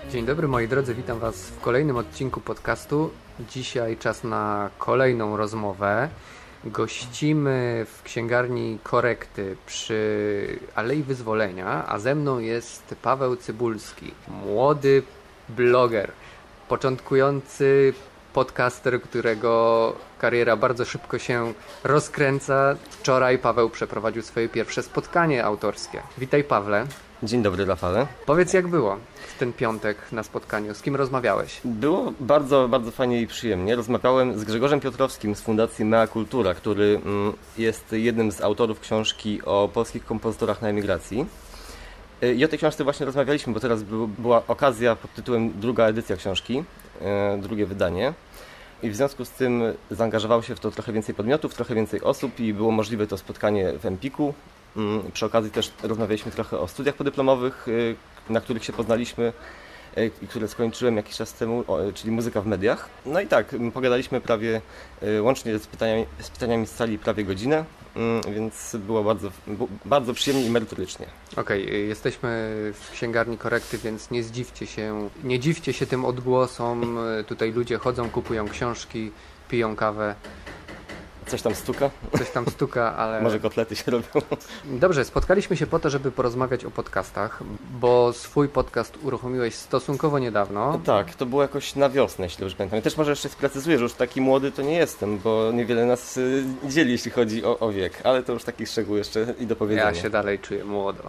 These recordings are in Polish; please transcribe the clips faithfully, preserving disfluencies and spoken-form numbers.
Dzień dobry moi drodzy, witam Was w kolejnym odcinku podcastu. Dzisiaj czas na kolejną rozmowę. Gościmy w księgarni Korekty przy Alei Wyzwolenia, a ze mną jest Paweł Cybulski, młody bloger, początkujący podcaster, którego kariera bardzo szybko się rozkręca. Wczoraj Paweł przeprowadził swoje pierwsze spotkanie autorskie. Witaj, Pawle. Dzień dobry, Rafale. Powiedz, jak było w ten piątek na spotkaniu? Z kim rozmawiałeś? Było bardzo, bardzo fajnie i przyjemnie. Rozmawiałem z Grzegorzem Piotrowskim z Fundacji Mea Cultura, który jest jednym z autorów książki o polskich kompozytorach na emigracji. I o tej książce właśnie rozmawialiśmy, bo teraz była okazja pod tytułem druga edycja książki, drugie wydanie. I w związku z tym zaangażowało się w to trochę więcej podmiotów, trochę więcej osób i było możliwe to spotkanie w Empiku. Przy okazji też rozmawialiśmy trochę o studiach podyplomowych, na których się poznaliśmy i które skończyłem jakiś czas temu, czyli muzyka w mediach. No i tak, pogadaliśmy prawie, łącznie z pytaniami, z pytaniami z sali prawie godzinę, więc było bardzo, bardzo przyjemnie i merytorycznie. Okej, okay, jesteśmy w księgarni Korekty, więc nie zdziwcie się, nie dziwcie się tym odgłosom. Tutaj ludzie chodzą, kupują książki, piją kawę. Coś tam stuka? Coś tam stuka, ale... Może kotlety się robią. Dobrze, spotkaliśmy się po to, żeby porozmawiać o podcastach, bo swój podcast uruchomiłeś stosunkowo niedawno. Tak, to było jakoś na wiosnę, jeśli dobrze pamiętam. I też może jeszcze sprecyzuję, że już taki młody to nie jestem, bo niewiele nas dzieli, jeśli chodzi o, o wiek, ale to już taki szczegół jeszcze i do powiedzenia. Ja się dalej czuję młodo.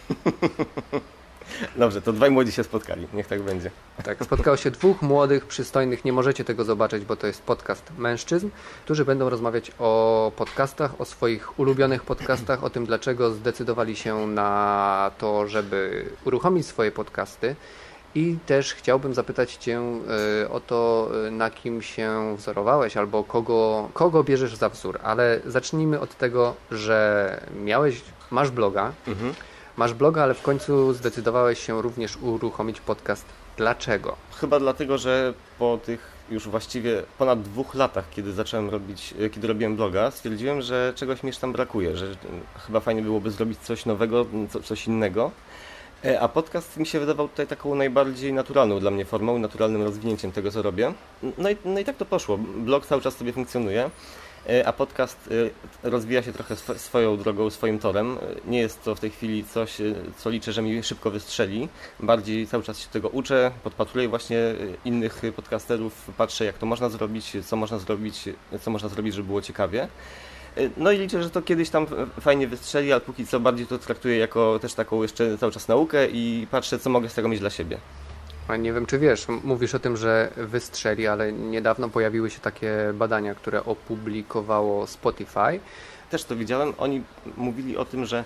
Dobrze, to dwaj młodzi się spotkali, niech tak będzie. Tak, spotkało się dwóch młodych, przystojnych, nie możecie tego zobaczyć, bo to jest podcast mężczyzn, którzy będą rozmawiać o podcastach, o swoich ulubionych podcastach, o tym, dlaczego zdecydowali się na to, żeby uruchomić swoje podcasty. I też chciałbym zapytać Cię y, o to, y, na kim się wzorowałeś, albo kogo, kogo bierzesz za wzór. Ale zacznijmy od tego, że miałeś, masz bloga, mhm. Masz bloga, ale w końcu zdecydowałeś się również uruchomić podcast. Dlaczego? Chyba dlatego, że po tych już właściwie ponad dwóch latach, kiedy zacząłem robić, kiedy robiłem bloga, stwierdziłem, że czegoś mi jeszcze tam brakuje, że chyba fajnie byłoby zrobić coś nowego, coś innego. A podcast mi się wydawał tutaj taką najbardziej naturalną dla mnie formą, naturalnym rozwinięciem tego, co robię. No i, no i tak to poszło. Blog cały czas sobie funkcjonuje. A podcast rozwija się trochę swoją drogą, swoim torem. Nie jest to w tej chwili coś, co liczę, że mi szybko wystrzeli. Bardziej cały czas się tego uczę, podpatruję właśnie innych podcasterów, patrzę, jak to można zrobić, co można zrobić, co można zrobić, żeby było ciekawie. No i liczę, że to kiedyś tam fajnie wystrzeli, ale póki co bardziej to traktuję jako też taką jeszcze cały czas naukę i patrzę, co mogę z tego mieć dla siebie. A nie wiem, czy wiesz, mówisz o tym, że wystrzeli, ale niedawno pojawiły się takie badania, które opublikowało Spotify. Też to widziałem. Oni mówili o tym, że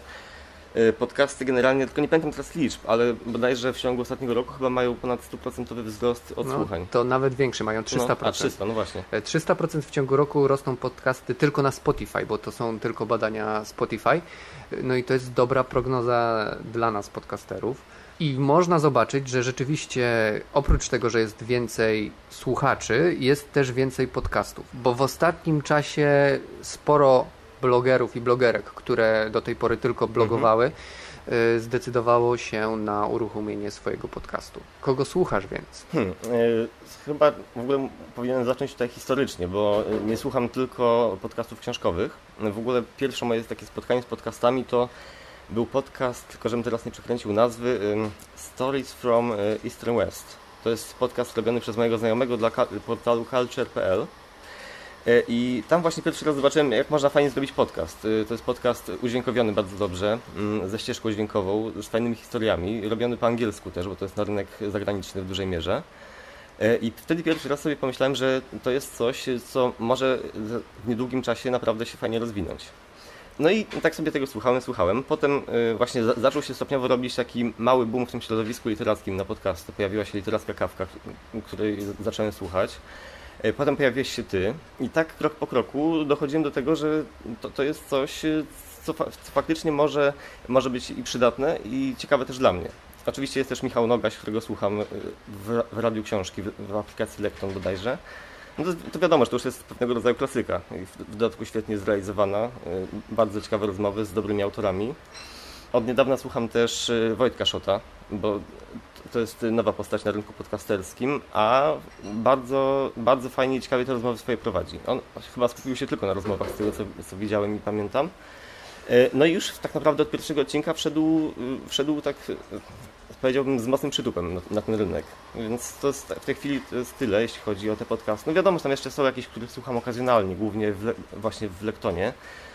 podcasty generalnie, tylko nie pamiętam teraz liczb, ale bodajże w ciągu ostatniego roku chyba mają ponad stu procent wzrost odsłuchań. No, to nawet większy, mają trzysta procent. No, a trzysta, no właśnie. trzysta procent w ciągu roku rosną podcasty tylko na Spotify, bo to są tylko badania Spotify. No i to jest dobra prognoza dla nas, podcasterów. I można zobaczyć, że rzeczywiście oprócz tego, że jest więcej słuchaczy, jest też więcej podcastów. Bo w ostatnim czasie sporo blogerów i blogerek, które do tej pory tylko blogowały, mhm. zdecydowało się na uruchomienie swojego podcastu. Kogo słuchasz więc? Hmm, yy, chyba w ogóle powinienem zacząć tutaj historycznie, bo nie słucham tylko podcastów książkowych. W ogóle pierwsze moje takie spotkanie z podcastami to był podcast, tylko żebym teraz nie przekręcił nazwy, Stories from East and West. To jest podcast robiony przez mojego znajomego dla portalu culture kropka p l. I tam właśnie pierwszy raz zobaczyłem, jak można fajnie zrobić podcast. To jest podcast udźwiękowiony bardzo dobrze, ze ścieżką dźwiękową, z fajnymi historiami, robiony po angielsku też, bo to jest na rynek zagraniczny w dużej mierze. I wtedy pierwszy raz sobie pomyślałem, że to jest coś, co może w niedługim czasie naprawdę się fajnie rozwinąć. No i tak sobie tego słuchałem, słuchałem. Potem właśnie zaczął się stopniowo robić taki mały boom w tym środowisku literackim na podcasty. Pojawiła się literacka kawka, której zacząłem słuchać. Potem pojawiłeś się ty i tak krok po kroku dochodziłem do tego, że to, to jest coś, co, fa co faktycznie może, może być i przydatne i ciekawe też dla mnie. Oczywiście jest też Michał Nogaś, którego słucham w, w Radiu Książki, w, w aplikacji Lekton bodajże. No to, to wiadomo, że to już jest pewnego rodzaju klasyka. I w, w dodatku świetnie zrealizowana, bardzo ciekawe rozmowy z dobrymi autorami. Od niedawna słucham też Wojtka Szota, bo to jest nowa postać na rynku podcasterskim, a bardzo, bardzo fajnie i ciekawie te rozmowy swoje prowadzi. On chyba skupił się tylko na rozmowach, z tego co, co widziałem i pamiętam. No i już tak naprawdę od pierwszego odcinka wszedł, wszedł tak, powiedziałbym, z mocnym przytupem na, na ten rynek. Więc to jest, w tej chwili to jest tyle, jeśli chodzi o te podcasty. No wiadomo, że tam jeszcze są jakieś, których słucham okazjonalnie, głównie w, właśnie w Lektonie.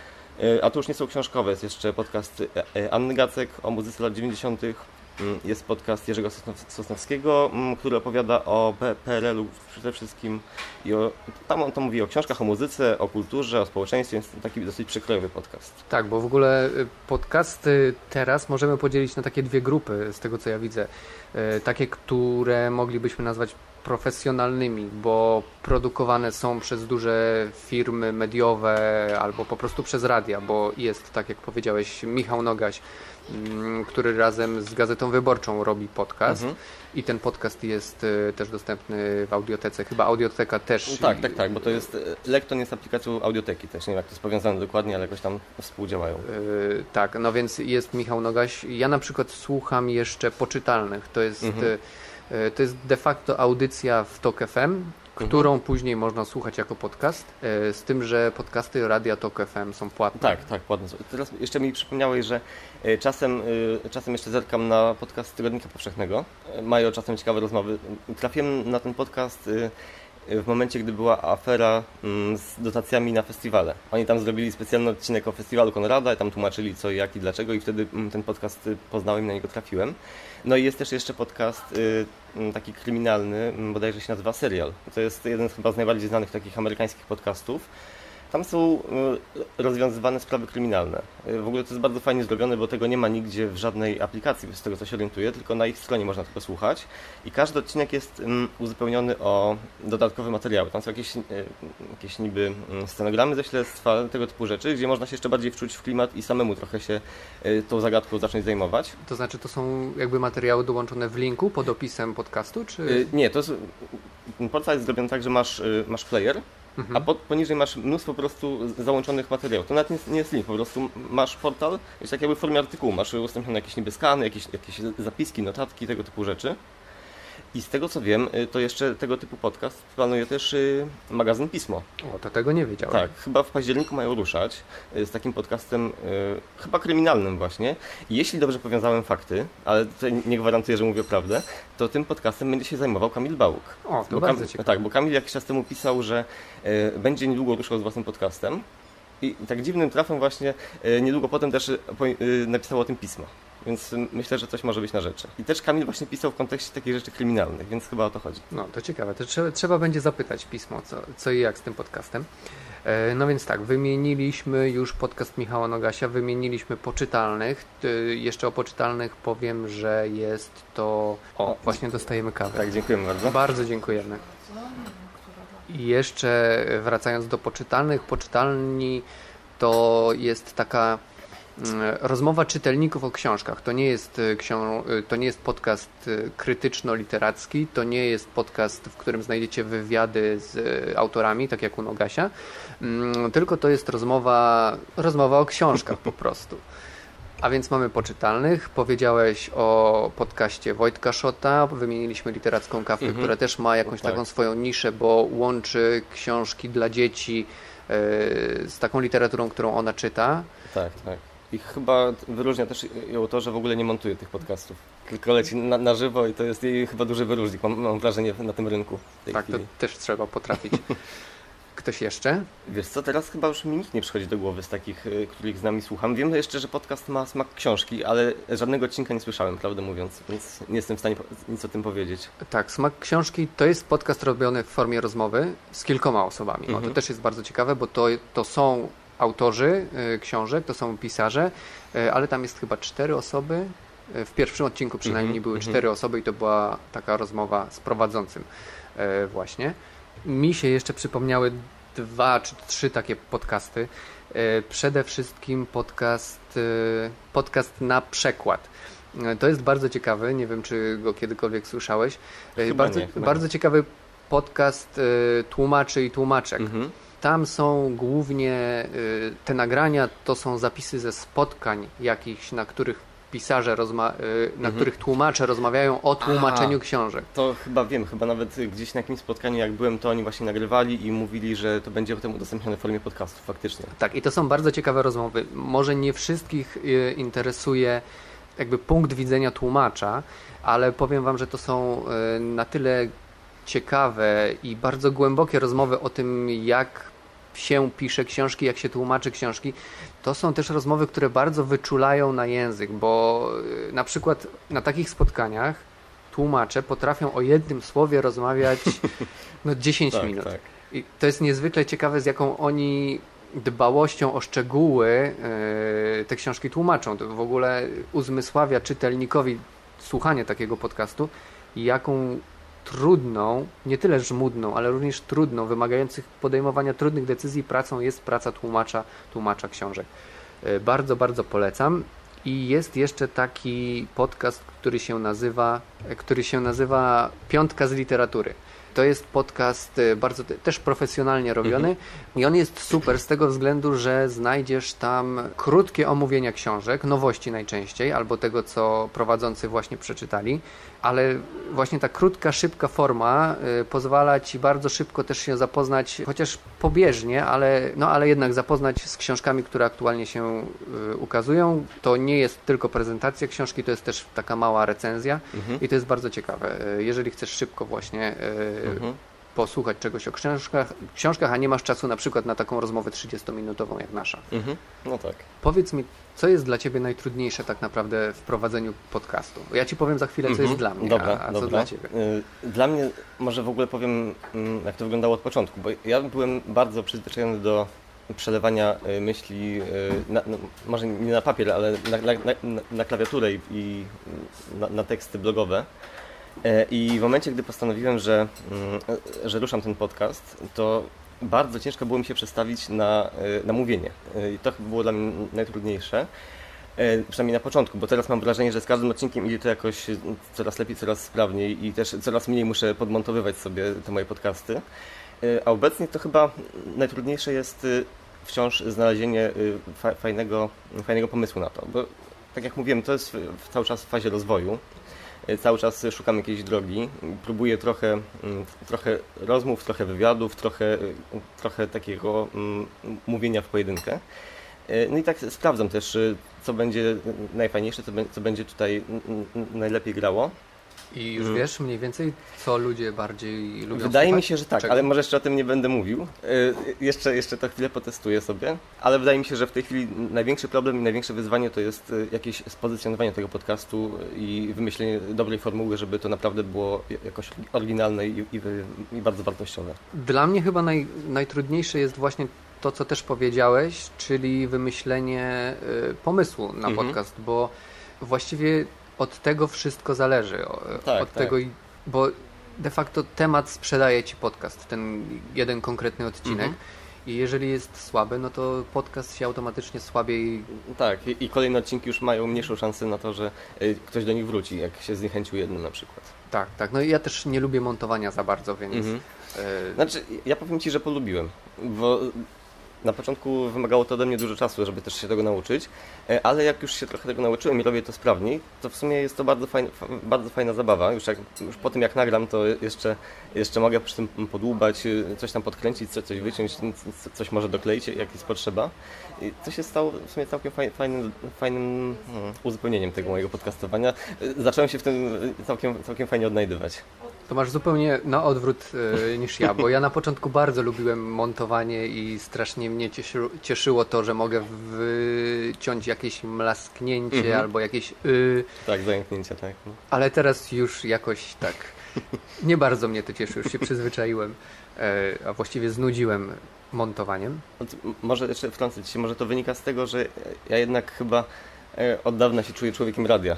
A to już nie są książkowe, jest jeszcze podcast Anny Gacek o muzyce lat dziewięćdziesiątych. Jest podcast Jerzego Sosnowskiego, który opowiada o P R L u przede wszystkim i o, tam on to mówi o książkach, o muzyce, o kulturze, o społeczeństwie, jest taki dosyć przekrojowy podcast. Tak, bo w ogóle podcasty teraz możemy podzielić na takie dwie grupy, z tego co ja widzę. Takie, które moglibyśmy nazwać profesjonalnymi, bo produkowane są przez duże firmy mediowe albo po prostu przez radia, bo jest, tak jak powiedziałeś, Michał Nogaś, który razem z Gazetą Wyborczą robi podcast mhm. i ten podcast jest też dostępny w Audiotece. Chyba Audioteka też. No tak, tak, tak, bo to jest, Lekton jest aplikacją Audioteki też, nie wiem jak to jest powiązane dokładnie, ale jakoś tam współdziałają. Yy, tak, no więc jest Michał Nogaś. Ja na przykład słucham jeszcze Poczytalnych, to jest mhm. To jest de facto audycja w Tok F M, którą mhm. później można słuchać jako podcast, z tym, że podcasty Radia Tok F M są płatne. Tak, tak, płatne są. Teraz jeszcze mi przypomniałeś, że czasem, czasem jeszcze zerkam na podcast Tygodnika Powszechnego. Mają czasem ciekawe rozmowy. Trafiłem na ten podcast w momencie, gdy była afera z dotacjami na festiwale. Oni tam zrobili specjalny odcinek o festiwalu Konrada i tam tłumaczyli co, jak i dlaczego i wtedy ten podcast poznałem i na niego trafiłem. No i jest też jeszcze podcast taki kryminalny, bodajże się nazywa Serial. To jest jeden chyba z najbardziej znanych takich amerykańskich podcastów. Tam są rozwiązywane sprawy kryminalne. W ogóle to jest bardzo fajnie zrobione, bo tego nie ma nigdzie w żadnej aplikacji, z tego co się orientuję, tylko na ich stronie można tego słuchać. I każdy odcinek jest uzupełniony o dodatkowe materiały. Tam są jakieś, jakieś niby stenogramy ze śledztwa, tego typu rzeczy, gdzie można się jeszcze bardziej wczuć w klimat i samemu trochę się tą zagadką zacząć zajmować. To znaczy to są jakby materiały dołączone w linku pod opisem podcastu, czy? Nie, to jest, portal jest zrobiony tak, że masz, masz player, Mhm. a pod, poniżej masz mnóstwo po prostu załączonych materiałów. To nawet nie, nie jest link, po prostu masz portal, jest tak jakby w formie artykułu, masz udostępnione jakieś niby skany, jakieś, jakieś zapiski, notatki, tego typu rzeczy. I z tego co wiem, to jeszcze tego typu podcast planuje też magazyn Pismo. O, to tego nie wiedziałem. Tak, chyba w październiku mają ruszać z takim podcastem, chyba kryminalnym właśnie. I jeśli dobrze powiązałem fakty, ale tutaj nie gwarantuję, że mówię prawdę, to tym podcastem będzie się zajmował Kamil Bałuk. O, to bo bardzo Kam- ciekawe. Tak, bo Kamil jakiś czas temu pisał, że będzie niedługo ruszał z własnym podcastem. I tak dziwnym trafem właśnie niedługo potem też napisał o tym pismo. Więc myślę, że coś może być na rzeczy. I też Kamil właśnie pisał w kontekście takich rzeczy kryminalnych, więc chyba o to chodzi. No, to ciekawe. To trzeba, trzeba będzie zapytać pismo, co, co i jak z tym podcastem. E, no więc tak, wymieniliśmy już podcast Michała Nogasia, wymieniliśmy Poczytalnych. E, jeszcze o Poczytalnych powiem, że jest to... O, właśnie dostajemy kawę. Tak, dziękujemy bardzo. Bardzo dziękujemy. I jeszcze wracając do Poczytalnych, Poczytalni to jest taka rozmowa czytelników o książkach. To nie jest, książ- to nie jest podcast krytyczno-literacki, to nie jest podcast, w którym znajdziecie wywiady z autorami, tak jak u Nogasia, tylko to jest rozmowa, rozmowa o książkach po prostu. A więc mamy Poczytalnych. Powiedziałeś o podcaście Wojtka Szota, wymieniliśmy Literacką Kawkę, mhm. która też ma jakąś tak. taką swoją niszę, bo łączy książki dla dzieci yy, z taką literaturą, którą ona czyta. Tak, tak. I chyba wyróżnia też ją to, że w ogóle nie montuje tych podcastów. Tylko leci na, na żywo i to jest jej chyba duży wyróżnik, mam, mam wrażenie, na tym rynku. Tak, chwili. To też trzeba potrafić. Ktoś jeszcze? Wiesz co, teraz chyba już mi nikt nie przychodzi do głowy z takich, których z nami słucham. Wiem jeszcze, że podcast ma smak książki, ale żadnego odcinka nie słyszałem, prawdę mówiąc, więc nie jestem w stanie nic o tym powiedzieć. Tak, Smak książki to jest podcast robiony w formie rozmowy z kilkoma osobami. Mhm. O, to też jest bardzo ciekawe, bo to, to są autorzy y, książek, to są pisarze, y, ale tam jest chyba cztery osoby. Y, w pierwszym odcinku przynajmniej mm-hmm, były mm-hmm. cztery osoby i to była taka rozmowa z prowadzącym y, właśnie. Mi się jeszcze przypomniały dwa czy trzy takie podcasty. Y, przede wszystkim podcast, y, podcast na przekład. Y, to jest bardzo ciekawy, nie wiem czy go kiedykolwiek słyszałeś. Y, bardzo, nie, bardzo ciekawy podcast y, tłumaczy i tłumaczek. Mm-hmm. Tam są głównie te nagrania, to są zapisy ze spotkań jakichś, na których pisarze, rozma- na mhm. których tłumacze rozmawiają o tłumaczeniu A, książek. To chyba wiem, chyba nawet gdzieś na jakimś spotkaniu jak byłem, to oni właśnie nagrywali i mówili, że to będzie potem udostępnione w formie podcastu, faktycznie. Tak, i to są bardzo ciekawe rozmowy. Może nie wszystkich y, interesuje jakby punkt widzenia tłumacza, ale powiem Wam, że to są y, na tyle ciekawe i bardzo głębokie rozmowy o tym, jak się pisze książki, jak się tłumaczy książki. To są też rozmowy, które bardzo wyczulają na język, bo y, na przykład na takich spotkaniach tłumacze potrafią o jednym słowie rozmawiać no dziesięć tak, minut. Tak. I to jest niezwykle ciekawe, z jaką oni dbałością o szczegóły yy, te książki tłumaczą. To w ogóle uzmysławia czytelnikowi słuchanie takiego podcastu, jaką trudną, nie tyle żmudną, ale również trudną, wymagających podejmowania trudnych decyzji pracą jest praca tłumacza, tłumacza książek. Yy, bardzo, bardzo polecam. I jest jeszcze taki podcast, który się nazywa, który się nazywa Piątka z literatury. To jest podcast bardzo też profesjonalnie robiony mhm. i on jest super z tego względu, że znajdziesz tam krótkie omówienia książek, nowości najczęściej, albo tego, co prowadzący właśnie przeczytali, ale właśnie ta krótka, szybka forma y, pozwala Ci bardzo szybko też się zapoznać, chociaż pobieżnie, ale, no, ale jednak zapoznać z książkami, które aktualnie się y, ukazują. To nie jest tylko prezentacja książki, to jest też taka mała recenzja mhm. i to jest bardzo ciekawe. Y, jeżeli chcesz szybko właśnie y, mhm. posłuchać czegoś o książkach, książkach, a nie masz czasu na przykład na taką rozmowę trzydziestominutową jak nasza. Mhm. No tak. Powiedz mi, co jest dla Ciebie najtrudniejsze tak naprawdę w prowadzeniu podcastu? Ja Ci powiem za chwilę, co mhm. jest dla mnie, dobra, a, a dobra. co dla Ciebie? Dla mnie może w ogóle powiem, jak to wyglądało od początku, bo ja byłem bardzo przyzwyczajony do przelewania myśli, na, no, może nie na papier, ale na, na, na, na klawiaturę i, i na, na teksty blogowe. I w momencie, gdy postanowiłem, że, że ruszam ten podcast, to bardzo ciężko było mi się przestawić na, na mówienie. I to było dla mnie najtrudniejsze, przynajmniej na początku, bo teraz mam wrażenie, że z każdym odcinkiem idzie to jakoś coraz lepiej, coraz sprawniej i też coraz mniej muszę podmontowywać sobie te moje podcasty. A obecnie to chyba najtrudniejsze jest wciąż znalezienie fajnego, fajnego pomysłu na to, bo tak jak mówiłem, to jest cały czas w fazie rozwoju. Cały czas szukam jakiejś drogi, próbuję trochę, trochę rozmów, trochę wywiadów, trochę, trochę takiego mówienia w pojedynkę. No i tak sprawdzam też, co będzie najfajniejsze, co będzie tutaj najlepiej grało. I już hmm. wiesz mniej więcej, co ludzie bardziej lubią Wydaje słuchać? mi się, że tak, Czego? Ale może jeszcze o tym nie będę mówił. Yy, jeszcze, jeszcze to chwilę potestuję sobie, ale wydaje mi się, że w tej chwili największy problem i największe wyzwanie to jest jakieś spozycjonowanie tego podcastu i wymyślenie dobrej formuły, żeby to naprawdę było jakoś oryginalne i, i, i bardzo wartościowe. Dla mnie chyba naj, najtrudniejsze jest właśnie to, co też powiedziałeś, czyli wymyślenie y, pomysłu na mhm. podcast, bo właściwie od tego wszystko zależy. Tak, od tak. tego, bo de facto temat sprzedaje Ci podcast, ten jeden konkretny odcinek. Mhm. I jeżeli jest słaby, no to podcast się automatycznie słabiej... Tak, i, i kolejne odcinki już mają mniejszą szansę na to, że y, ktoś do nich wróci, jak się zniechęcił jednym na przykład. Tak, tak. No i ja też nie lubię montowania za bardzo, więc... Mhm. Y... Znaczy, ja powiem Ci, że polubiłem, bo... Na początku wymagało to ode mnie dużo czasu, żeby też się tego nauczyć, ale jak już się trochę tego nauczyłem i robię to sprawniej, to w sumie jest to bardzo fajna, bardzo fajna zabawa. Już, jak, już po tym jak nagram, to jeszcze, jeszcze mogę przy tym podłubać, coś tam podkręcić, coś wyciąć, coś może dokleić, jak jest potrzeba. I to się stało w sumie całkiem fajnym, fajnym hmm, uzupełnieniem tego mojego podcastowania. Zacząłem się w tym całkiem, całkiem fajnie odnajdywać. To masz zupełnie na odwrót yy, niż ja, bo ja na początku bardzo lubiłem montowanie i strasznie mnie cieszy, cieszyło to, że mogę wyciąć jakieś mlasknięcie mhm. albo jakieś... Yy. Tak, zająknięcia, tak. No. Ale teraz już jakoś tak nie bardzo mnie to cieszy, już się przyzwyczaiłem, yy, a właściwie znudziłem montowaniem. Może jeszcze wtrącę się, może to wynika z tego, że ja jednak chyba od dawna się czuję człowiekiem radia.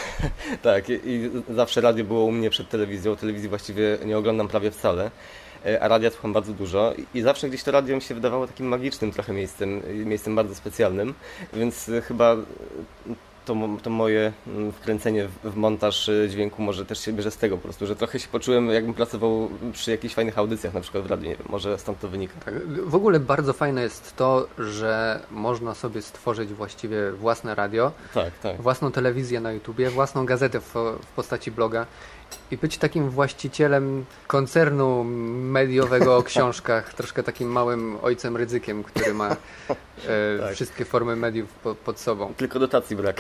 Tak, i, i zawsze radio było u mnie przed telewizją. Telewizji właściwie nie oglądam prawie wcale, a radia słucham bardzo dużo. I, i zawsze gdzieś to radio mi się wydawało takim magicznym trochę miejscem, miejscem bardzo specjalnym, więc chyba to, to moje wkręcenie w montaż dźwięku może też się bierze z tego po prostu, że trochę się poczułem, jakbym pracował przy jakichś fajnych audycjach, na przykład w radiu, nie wiem, może stąd to wynika. Tak, w ogóle bardzo fajne jest to, że można sobie stworzyć właściwie własne radio, tak, tak. własną telewizję na YouTubie, własną gazetę w, w postaci bloga i być takim właścicielem koncernu mediowego o książkach, troszkę takim małym ojcem Rydzykiem, który ma e, tak. wszystkie formy mediów po, pod sobą. Tylko dotacji brak.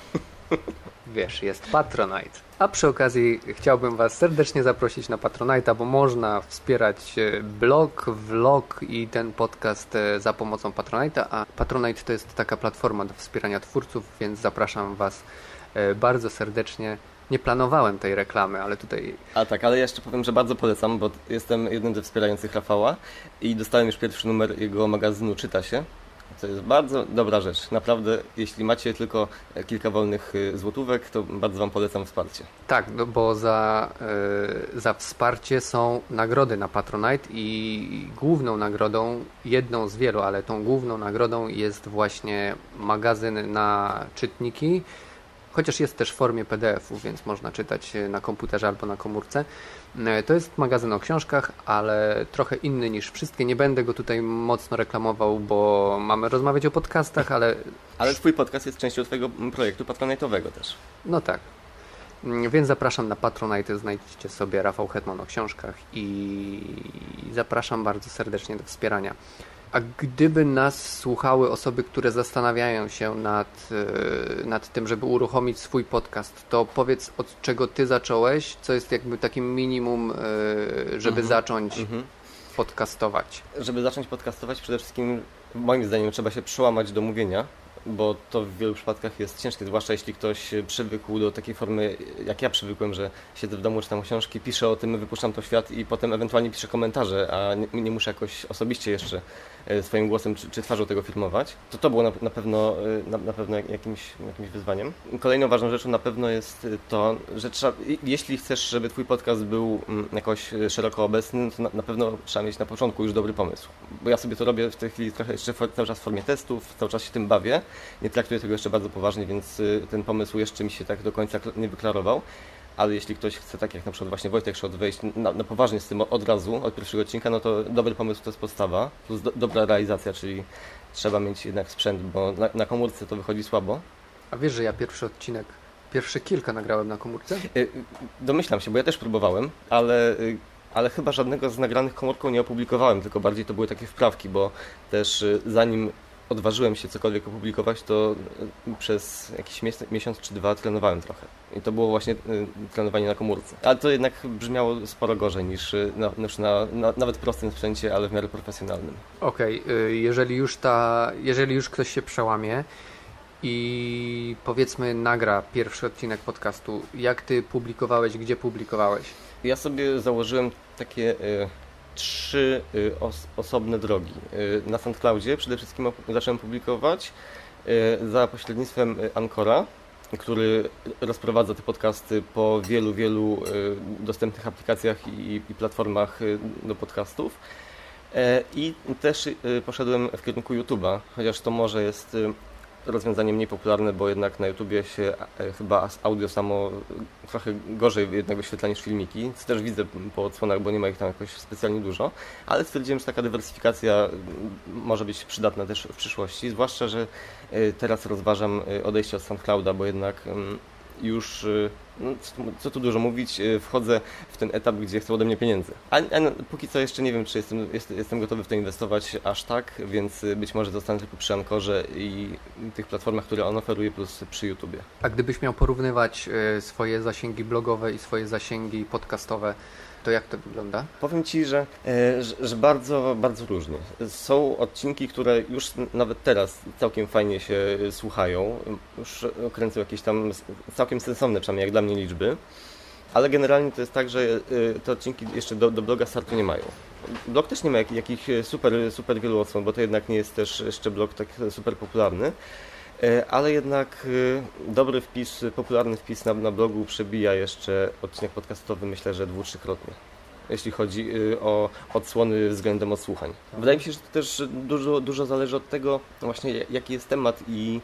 Wiesz, jest Patronite. A przy okazji chciałbym Was serdecznie zaprosić na Patronite'a, bo można wspierać blog, vlog i ten podcast za pomocą Patronite'a, a Patronite to jest taka platforma do wspierania twórców, więc zapraszam Was bardzo serdecznie. Nie planowałem tej reklamy, ale tutaj... A tak, ale jeszcze powiem, że bardzo polecam, bo jestem jednym ze wspierających Rafała i dostałem już pierwszy numer jego magazynu Czyta się. To jest bardzo dobra rzecz. Naprawdę, jeśli macie tylko kilka wolnych złotówek, to bardzo Wam polecam wsparcie. Tak, no bo za, yy, za wsparcie są nagrody na Patronite i główną nagrodą, jedną z wielu, ale tą główną nagrodą jest właśnie magazyn na czytniki, chociaż jest też w formie P D F-u, więc można czytać na komputerze albo na komórce. To jest magazyn o książkach, ale trochę inny niż wszystkie. Nie będę go tutaj mocno reklamował, bo mamy rozmawiać o podcastach, ale... Ale Twój podcast jest częścią Twojego projektu patronite'owego też. No tak. Więc zapraszam na Patronite, znajdziecie sobie Rafał Hetman o książkach i zapraszam bardzo serdecznie do wspierania. A gdyby nas słuchały osoby, które zastanawiają się nad, nad tym, żeby uruchomić swój podcast, to powiedz, od czego Ty zacząłeś, co jest jakby takim minimum, żeby mhm. zacząć mhm. podcastować? Żeby zacząć podcastować, przede wszystkim moim zdaniem trzeba się przełamać do mówienia, bo to w wielu przypadkach jest ciężkie, zwłaszcza jeśli ktoś przywykł do takiej formy, jak ja przywykłem, że siedzę w domu, czytam książki, piszę o tym, wypuszczam to w świat i potem ewentualnie piszę komentarze, a nie, nie muszę jakoś osobiście jeszcze swoim głosem czy, czy twarzą tego filmować. To to było na, na pewno, na, na pewno jakimś, jakimś wyzwaniem. Kolejną ważną rzeczą na pewno jest to, że trzeba, jeśli chcesz, żeby Twój podcast był jakoś szeroko obecny, to na, na pewno trzeba mieć na początku już dobry pomysł. Bo ja sobie to robię w tej chwili trochę jeszcze cały czas w formie testów, cały czas się tym bawię. Nie traktuję tego jeszcze bardzo poważnie, więc ten pomysł jeszcze mi się tak do końca nie wyklarował. Ale jeśli ktoś chce, tak jak na przykład właśnie Wojtek Szot, wejść na, na poważnie z tym od razu, od pierwszego odcinka, no to dobry pomysł to jest podstawa, plus do, dobra realizacja, czyli trzeba mieć jednak sprzęt, bo na, na komórce to wychodzi słabo. A wiesz, że ja pierwszy odcinek, pierwsze kilka nagrałem na komórce? Domyślam się, bo ja też próbowałem, ale... ale chyba żadnego z nagranych komórką nie opublikowałem, tylko bardziej to były takie wprawki, bo też zanim odważyłem się cokolwiek opublikować, to przez jakiś miesiąc czy dwa trenowałem trochę. I to było właśnie trenowanie na komórce. Ale to jednak brzmiało sporo gorzej niż na, niż na, na nawet prostym sprzęcie, ale w miarę profesjonalnym. Okej, okay. jeżeli już ta, jeżeli już ktoś się przełamie i powiedzmy nagra pierwszy odcinek podcastu, jak Ty publikowałeś, gdzie publikowałeś? Ja sobie założyłem takie... Y trzy y, os osobne drogi. Y, na SoundCloudzie przede wszystkim zacząłem publikować y, za pośrednictwem Anchora, który rozprowadza te podcasty po wielu, wielu y, dostępnych aplikacjach i, i platformach y, do podcastów. Y, I też y, poszedłem w kierunku YouTube'a, chociaż to może jest y, rozwiązanie mniej popularne, bo jednak na YouTubie się e, chyba audio samo trochę gorzej jednak wyświetla niż filmiki, co też widzę po odsłonach, bo nie ma ich tam jakoś specjalnie dużo, ale stwierdziłem, że taka dywersyfikacja może być przydatna też w przyszłości, zwłaszcza, że e, teraz rozważam odejście od SoundClouda, bo jednak m, już, no, co tu dużo mówić, wchodzę w ten etap, gdzie chcą ode mnie pieniędzy. A, a póki co jeszcze nie wiem, czy jestem, jest, jestem gotowy w to inwestować aż tak, więc być może zostanę tylko przy Anchorze i tych platformach, które on oferuje, plus przy YouTubie. A gdybyś miał porównywać swoje zasięgi blogowe i swoje zasięgi podcastowe, to jak to wygląda? Powiem Ci, że, że, że bardzo, bardzo różnie. Są odcinki, które już nawet teraz całkiem fajnie się słuchają, już kręcą jakieś tam całkiem sensowne, przynajmniej jak dla mnie, liczby, ale generalnie to jest tak, że te odcinki jeszcze do, do bloga startu nie mają. Blog też nie ma jakich super, super wielu odsłon, bo to jednak nie jest też jeszcze blog tak super popularny. Ale jednak dobry wpis, popularny wpis na, na blogu przebija jeszcze odcinek podcastowy, myślę, że dwu, trzykrotnie, jeśli chodzi o odsłony względem odsłuchań. Wydaje mi się, że to też dużo, dużo zależy od tego właśnie, jaki jest temat i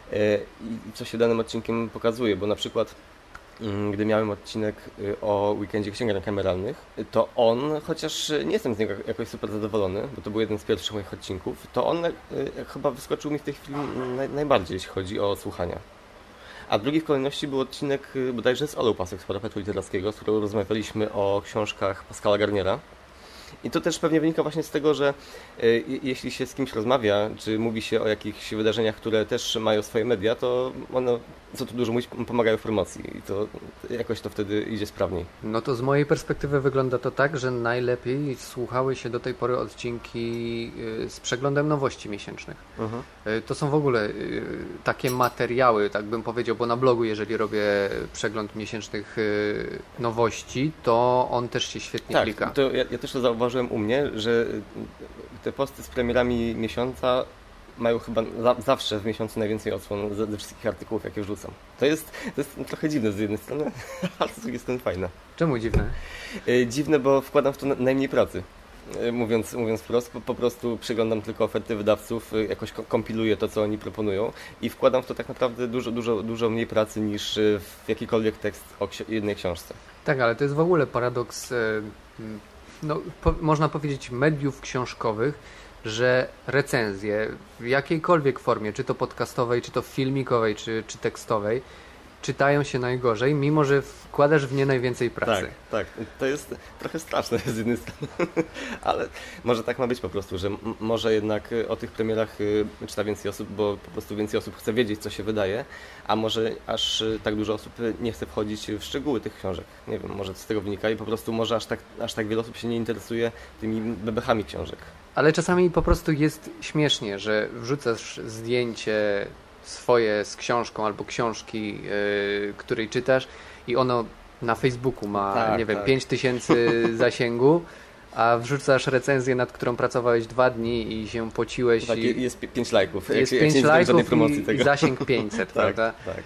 i co się danym odcinkiem pokazuje, bo na przykład gdy miałem odcinek o weekendzie księgarni kameralnych, to on, chociaż nie jestem z niego jakoś super zadowolony, bo to był jeden z pierwszych moich odcinków, to on chyba wyskoczył mi w tej chwili najbardziej, jeśli chodzi o słuchania. A drugi w kolejności był odcinek bodajże z Olą Pasek z Parapetu Literackiego, z którą rozmawialiśmy o książkach Pascala Garniera. I to też pewnie wynika właśnie z tego, że y, jeśli się z kimś rozmawia, czy mówi się o jakichś wydarzeniach, które też mają swoje media, to one, co tu dużo mówić, pomagają w promocji i to jakoś to wtedy idzie sprawniej. No to z mojej perspektywy wygląda to tak, że najlepiej słuchały się do tej pory odcinki y, z przeglądem nowości miesięcznych. Mhm. Y, to są w ogóle y, takie materiały, tak bym powiedział, bo na blogu, jeżeli robię przegląd miesięcznych y, nowości, to on też się świetnie tak, klika. To ja, ja też to zauważyłem u mnie, że te posty z premierami miesiąca mają chyba za, zawsze w miesiącu najwięcej odsłon ze, ze wszystkich artykułów, jakie wrzucam. To jest, to jest trochę dziwne z jednej strony, ale z drugiej strony fajne. Czemu dziwne? Dziwne, bo wkładam w to najmniej pracy. Mówiąc, mówiąc wprost, po, po prostu przeglądam tylko oferty wydawców, jakoś kompiluję to, co oni proponują i wkładam w to tak naprawdę dużo, dużo, dużo mniej pracy niż w jakikolwiek tekst o ksi- jednej książce. Tak, ale to jest w ogóle paradoks, no, po, można powiedzieć, mediów książkowych, że recenzje w jakiejkolwiek formie, czy to podcastowej, czy to filmikowej, czy, czy tekstowej, czytają się najgorzej, mimo że wkładasz w nie najwięcej pracy. Tak, tak. To jest trochę straszne z jednej strony, ale może tak ma być po prostu, że m- może jednak o tych premierach czyta więcej osób, bo po prostu więcej osób chce wiedzieć, co się wydaje, a może aż tak dużo osób nie chce wchodzić w szczegóły tych książek. Nie wiem, może z tego wynika i po prostu może aż tak, aż tak wiele osób się nie interesuje tymi bebechami książek. Ale czasami po prostu jest śmiesznie, że wrzucasz zdjęcie swoje z książką albo książki, yy, której czytasz i ono na Facebooku ma, tak, nie wiem, tak. pięć tysięcy zasięgu, a wrzucasz recenzję, nad którą pracowałeś dwa dni i się pociłeś. Tak, i jest pięć lajków. Jest jak, pięć jak lajków promocji i, tego. i zasięg pięćset, tak, prawda? Tak.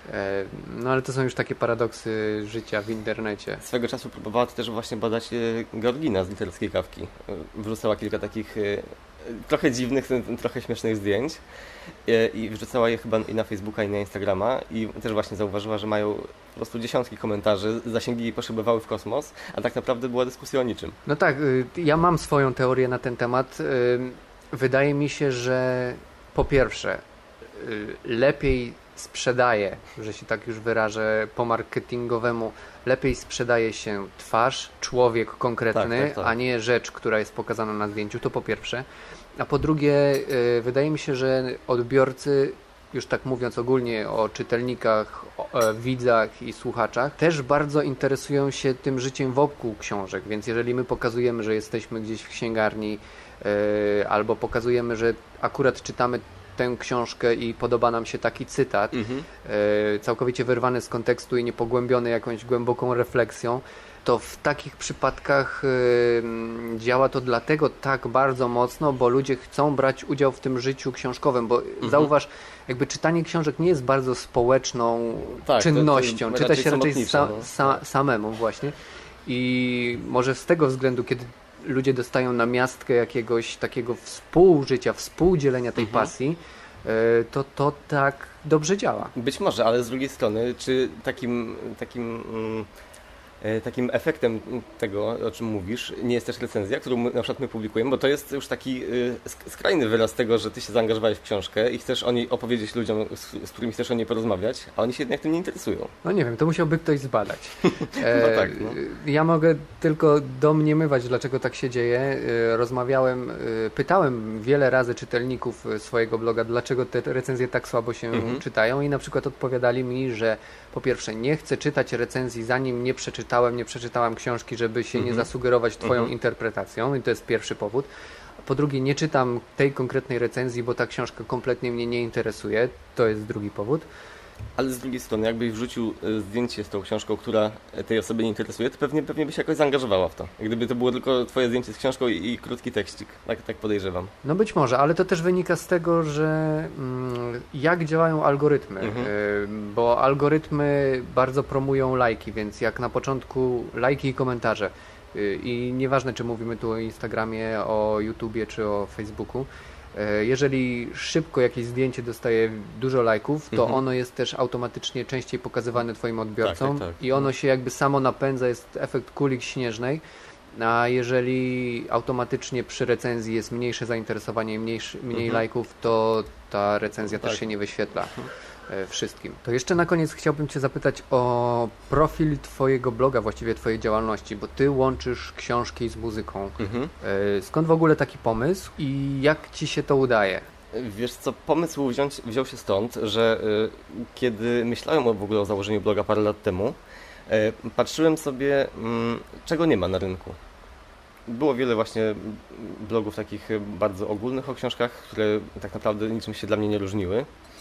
No ale to są już takie paradoksy życia w internecie. Swego czasu próbowała to też właśnie badać Georgina z Literackiej Kawki. Wrzucała kilka takich trochę dziwnych, trochę śmiesznych zdjęć i wrzucała je chyba i na Facebooka, i na Instagrama i też właśnie zauważyła, że mają po prostu dziesiątki komentarzy, zasięgi jej poszybowały w kosmos, a tak naprawdę była dyskusja o niczym. No tak, ja mam swoją teorię na ten temat. Wydaje mi się, że po pierwsze lepiej sprzedaje, że się tak już wyrażę po marketingowemu, lepiej sprzedaje się twarz, człowiek konkretny, tak, tak, tak. a nie rzecz, która jest pokazana na zdjęciu, to po pierwsze. A po drugie, yy, wydaje mi się, że odbiorcy, już tak mówiąc ogólnie o czytelnikach, o, e, widzach i słuchaczach, też bardzo interesują się tym życiem wokół książek, więc jeżeli my pokazujemy, że jesteśmy gdzieś w księgarni yy, albo pokazujemy, że akurat czytamy tę książkę i podoba nam się taki cytat, mhm. e, całkowicie wyrwany z kontekstu i niepogłębiony jakąś głęboką refleksją, to w takich przypadkach e, działa to dlatego tak bardzo mocno, bo ludzie chcą brać udział w tym życiu książkowym, bo mhm. zauważ, jakby czytanie książek nie jest bardzo społeczną tak, czynnością, to, to czyta się raczej sa, no. sa, samemu właśnie i może z tego względu, kiedy ludzie dostają namiastkę jakiegoś takiego współżycia, współdzielenia tej mhm. pasji, to to tak dobrze działa. Być może, ale z drugiej strony, czy takim, takim, takim efektem tego, o czym mówisz, nie jest też recenzja, którą my, na przykład my publikujemy, bo to jest już taki skrajny wyraz tego, że ty się zaangażowałeś w książkę i chcesz o niej opowiedzieć ludziom, z, z którymi chcesz o niej porozmawiać, a oni się jednak tym nie interesują. No nie wiem, to musiałby ktoś zbadać. no tak, no. Ja mogę tylko domniemywać, dlaczego tak się dzieje. Rozmawiałem, pytałem wiele razy czytelników swojego bloga, dlaczego te recenzje tak słabo się mhm. czytają i na przykład odpowiadali mi, że po pierwsze nie chcę czytać recenzji, zanim nie przeczytałem, nie przeczytałam książki, żeby się mhm. nie zasugerować twoją mhm. interpretacją i to jest pierwszy powód. Po drugie, nie czytam tej konkretnej recenzji, bo ta książka kompletnie mnie nie interesuje. To jest drugi powód. Ale z drugiej strony, jakbyś wrzucił zdjęcie z tą książką, która tej osoby nie interesuje, to pewnie, pewnie by się jakoś zaangażowała w to. Gdyby to było tylko twoje zdjęcie z książką i, i krótki tekstik. Tak, tak podejrzewam. No być może, ale to też wynika z tego, że mm, jak działają algorytmy. Mhm. Y, bo algorytmy bardzo promują lajki, więc jak na początku lajki i komentarze. Y, I nieważne, czy mówimy tu o Instagramie, o YouTubie, czy o Facebooku. Jeżeli szybko jakieś zdjęcie dostaje dużo lajków, to mhm. ono jest też automatycznie częściej pokazywane twoim odbiorcom tak, tak, tak. i ono się jakby samo napędza, jest efekt kulik śnieżnej. A jeżeli automatycznie przy recenzji jest mniejsze zainteresowanie, mniejszy, mniej mhm. lajków, to ta recenzja tak. też się nie wyświetla mhm. wszystkim. To jeszcze na koniec chciałbym Cię zapytać o profil Twojego bloga, właściwie Twojej działalności, bo Ty łączysz książki z muzyką. Mhm. Skąd w ogóle taki pomysł i jak Ci się to udaje? Wiesz co, pomysł wziąć, wziął się stąd, że y, kiedy myślałem w ogóle o założeniu bloga parę lat temu, y, patrzyłem sobie, y, czego nie ma na rynku. Było wiele właśnie blogów takich bardzo ogólnych o książkach, które tak naprawdę niczym się dla mnie nie różniły.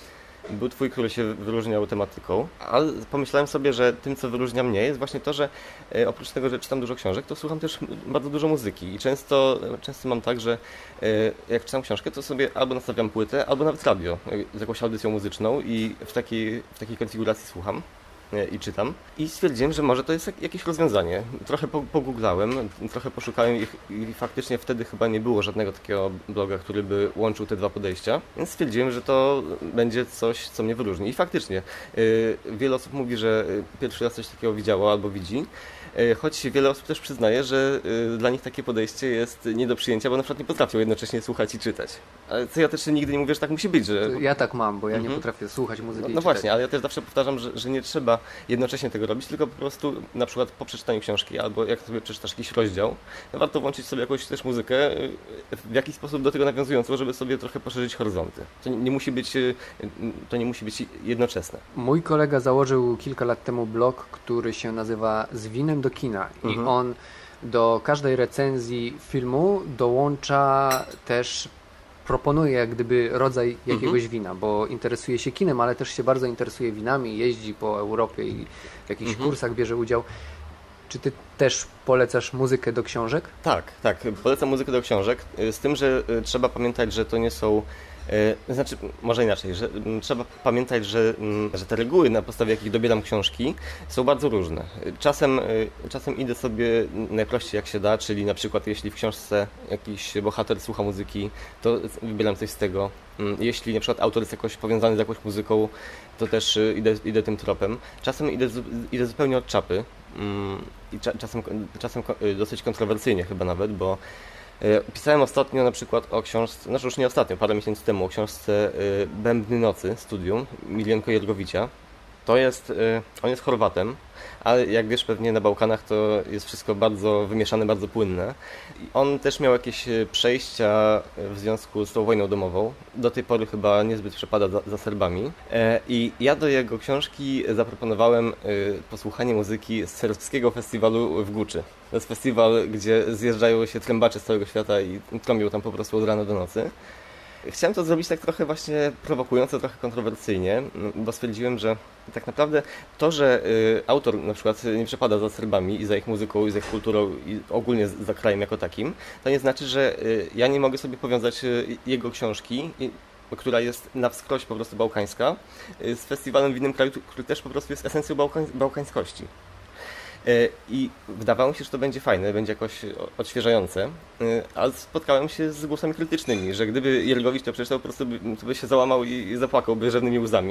Był twój, który się wyróżniał tematyką, ale pomyślałem sobie, że tym, co wyróżnia mnie, jest właśnie to, że e, oprócz tego, że czytam dużo książek, to słucham też bardzo dużo muzyki i często, często mam tak, że e, jak czytam książkę, to sobie albo nastawiam płytę, albo nawet radio e, z jakąś audycją muzyczną i w takiej, w takiej konfiguracji słucham i czytam. I stwierdziłem, że może to jest jakieś rozwiązanie. Trochę pogooglałem, trochę poszukałem ich i faktycznie wtedy chyba nie było żadnego takiego bloga, który by łączył te dwa podejścia. Więc stwierdziłem, że to będzie coś, co mnie wyróżni. I faktycznie yy, wiele osób mówi, że pierwszy raz coś takiego widziało albo widzi. Choć wiele osób też przyznaje, że dla nich takie podejście jest nie do przyjęcia, bo na przykład nie potrafią jednocześnie słuchać i czytać. Ale co ja też nigdy nie mówię, że tak musi być. Że... Ja tak mam, bo ja mhm. nie potrafię słuchać muzyki No, i no czytać. właśnie, ale ja też zawsze powtarzam, że, że nie trzeba jednocześnie tego robić, tylko po prostu na przykład po przeczytaniu książki albo jak sobie przeczytasz jakiś rozdział, warto włączyć sobie jakąś też muzykę w jakiś sposób do tego nawiązującą, żeby sobie trochę poszerzyć horyzonty. To nie, nie musi być, to nie musi być jednoczesne. Mój kolega założył kilka lat temu blog, który się nazywa Z winem do kina i mhm. on do każdej recenzji filmu dołącza też, proponuje jak gdyby rodzaj jakiegoś mhm. wina, bo interesuje się kinem, ale też się bardzo interesuje winami, jeździ po Europie i w jakichś mhm. kursach bierze udział. Czy ty też polecasz muzykę do książek? Tak, tak, polecam muzykę do książek, z tym, że trzeba pamiętać, że to nie są Znaczy, może inaczej, że trzeba pamiętać, że, że te reguły, na podstawie jakich dobieram książki, są bardzo różne. Czasem, czasem idę sobie najprościej jak się da, czyli na przykład jeśli w książce jakiś bohater słucha muzyki, to wybieram coś z tego. Jeśli na przykład autor jest jakoś powiązany z jakąś muzyką, to też idę, idę tym tropem. Czasem idę, idę zupełnie od czapy i czasem, czasem dosyć kontrowersyjnie chyba nawet, bo pisałem ostatnio na przykład o książce, znaczy już nie ostatnio, parę miesięcy temu, o książce Bębny Nocy, studium Milienko Jergowicza. To jest, on jest Chorwatem, ale jak wiesz pewnie na Bałkanach to jest wszystko bardzo wymieszane, bardzo płynne. I on też miał jakieś przejścia w związku z tą wojną domową. Do tej pory chyba niezbyt przepada za, za Serbami. I ja do jego książki zaproponowałem posłuchanie muzyki z serbskiego festiwalu w Guczy. To jest festiwal, gdzie zjeżdżają się trębacze z całego świata i trąbią tam po prostu od rana do nocy. Chciałem to zrobić tak trochę właśnie prowokująco, trochę kontrowersyjnie, bo stwierdziłem, że tak naprawdę to, że autor na przykład nie przepada za Serbami i za ich muzyką, i za ich kulturą, i ogólnie za krajem jako takim, to nie znaczy, że ja nie mogę sobie powiązać jego książki, która jest na wskroś po prostu bałkańska, z festiwalem w innym kraju, który też po prostu jest esencją bałkań, bałkańskości. I wydawało mi się, że to będzie fajne, będzie jakoś odświeżające, ale spotkałem się z głosami krytycznymi, że gdyby Jergowicz to przeczytał, po prostu by, by się załamał i zapłakałby rzewnymi łzami.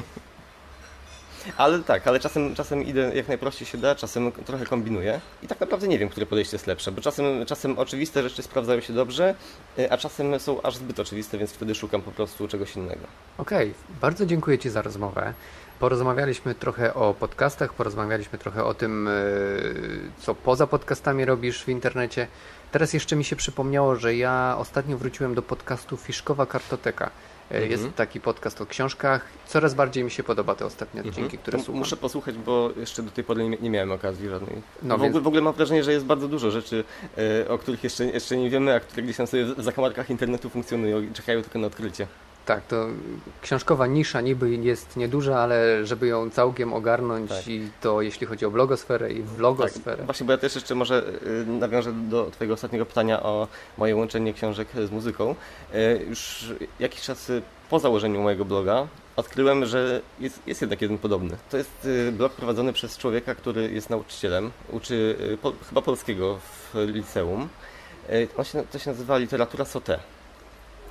Ale tak, ale czasem, czasem idę jak najprościej się da, czasem trochę kombinuję i tak naprawdę nie wiem, które podejście jest lepsze, bo czasem, czasem oczywiste rzeczy sprawdzają się dobrze, a czasem są aż zbyt oczywiste, więc wtedy szukam po prostu czegoś innego. Okej, okay, bardzo dziękuję Ci za rozmowę. Porozmawialiśmy trochę o podcastach, porozmawialiśmy trochę o tym, co poza podcastami robisz w internecie. Teraz jeszcze mi się przypomniało, że ja ostatnio wróciłem do podcastu Fiszkowa Kartoteka. Mhm. Jest taki podcast o książkach. Coraz bardziej mi się podoba te ostatnie odcinki, mhm. które słucham. Muszę posłuchać, bo jeszcze do tej pory nie, nie miałem okazji żadnej. No w, więc... ogóle, w ogóle mam wrażenie, że jest bardzo dużo rzeczy, o których jeszcze, jeszcze nie wiemy, a które gdzieś tam sobie w zakamarkach internetu funkcjonują i czekają tylko na odkrycie. Tak, to książkowa nisza niby jest nieduża, ale żeby ją całkiem ogarnąć tak. I to jeśli chodzi o blogosferę i vlogosferę. Tak, właśnie, bo ja też jeszcze może nawiążę do Twojego ostatniego pytania o moje łączenie książek z muzyką. Już jakiś czas po założeniu mojego bloga odkryłem, że jest, jest jednak jeden podobny. To jest blog prowadzony przez człowieka, który jest nauczycielem, uczy po, chyba polskiego w liceum. On się, to się nazywa Literatura Sauté.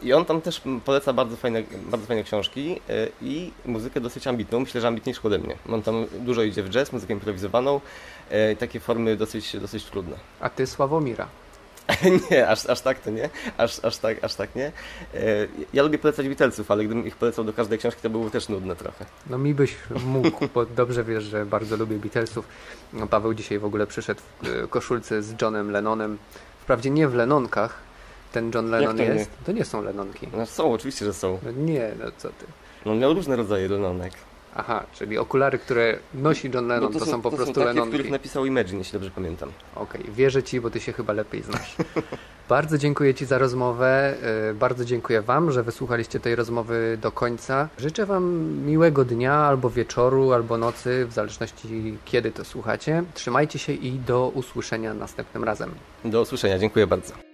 I on tam też poleca bardzo fajne, bardzo fajne książki i muzykę dosyć ambitną, myślę, że ambitniejszą ode mnie. On tam dużo idzie w jazz, muzykę improwizowaną, takie formy dosyć, dosyć trudne. A ty Sławomira? Nie, aż, aż tak to nie, aż, aż, tak, aż tak nie. Ja lubię polecać Beatlesów, ale gdybym ich polecał do każdej książki, to byłoby też nudne trochę. No mi byś mógł, bo dobrze wiesz, że bardzo lubię Beatlesów. No, Paweł dzisiaj w ogóle przyszedł w koszulce z Johnem Lennonem. Wprawdzie nie w Lennonkach, ten John Lennon to jest. nie? To nie są Lennonki. No są, oczywiście, że są. No nie, no co ty. No miał różne rodzaje Lennonek. Aha, czyli okulary, które nosi John Lennon, no to, to są po to prostu są takie, Lennonki. których napisał Imagine, jeśli dobrze pamiętam. Okej, okay, wierzę Ci, bo Ty się chyba lepiej znasz. Bardzo dziękuję Ci za rozmowę, bardzo dziękuję Wam, że wysłuchaliście tej rozmowy do końca. Życzę Wam miłego dnia, albo wieczoru, albo nocy, w zależności kiedy to słuchacie. Trzymajcie się i do usłyszenia następnym razem. Do usłyszenia, dziękuję bardzo.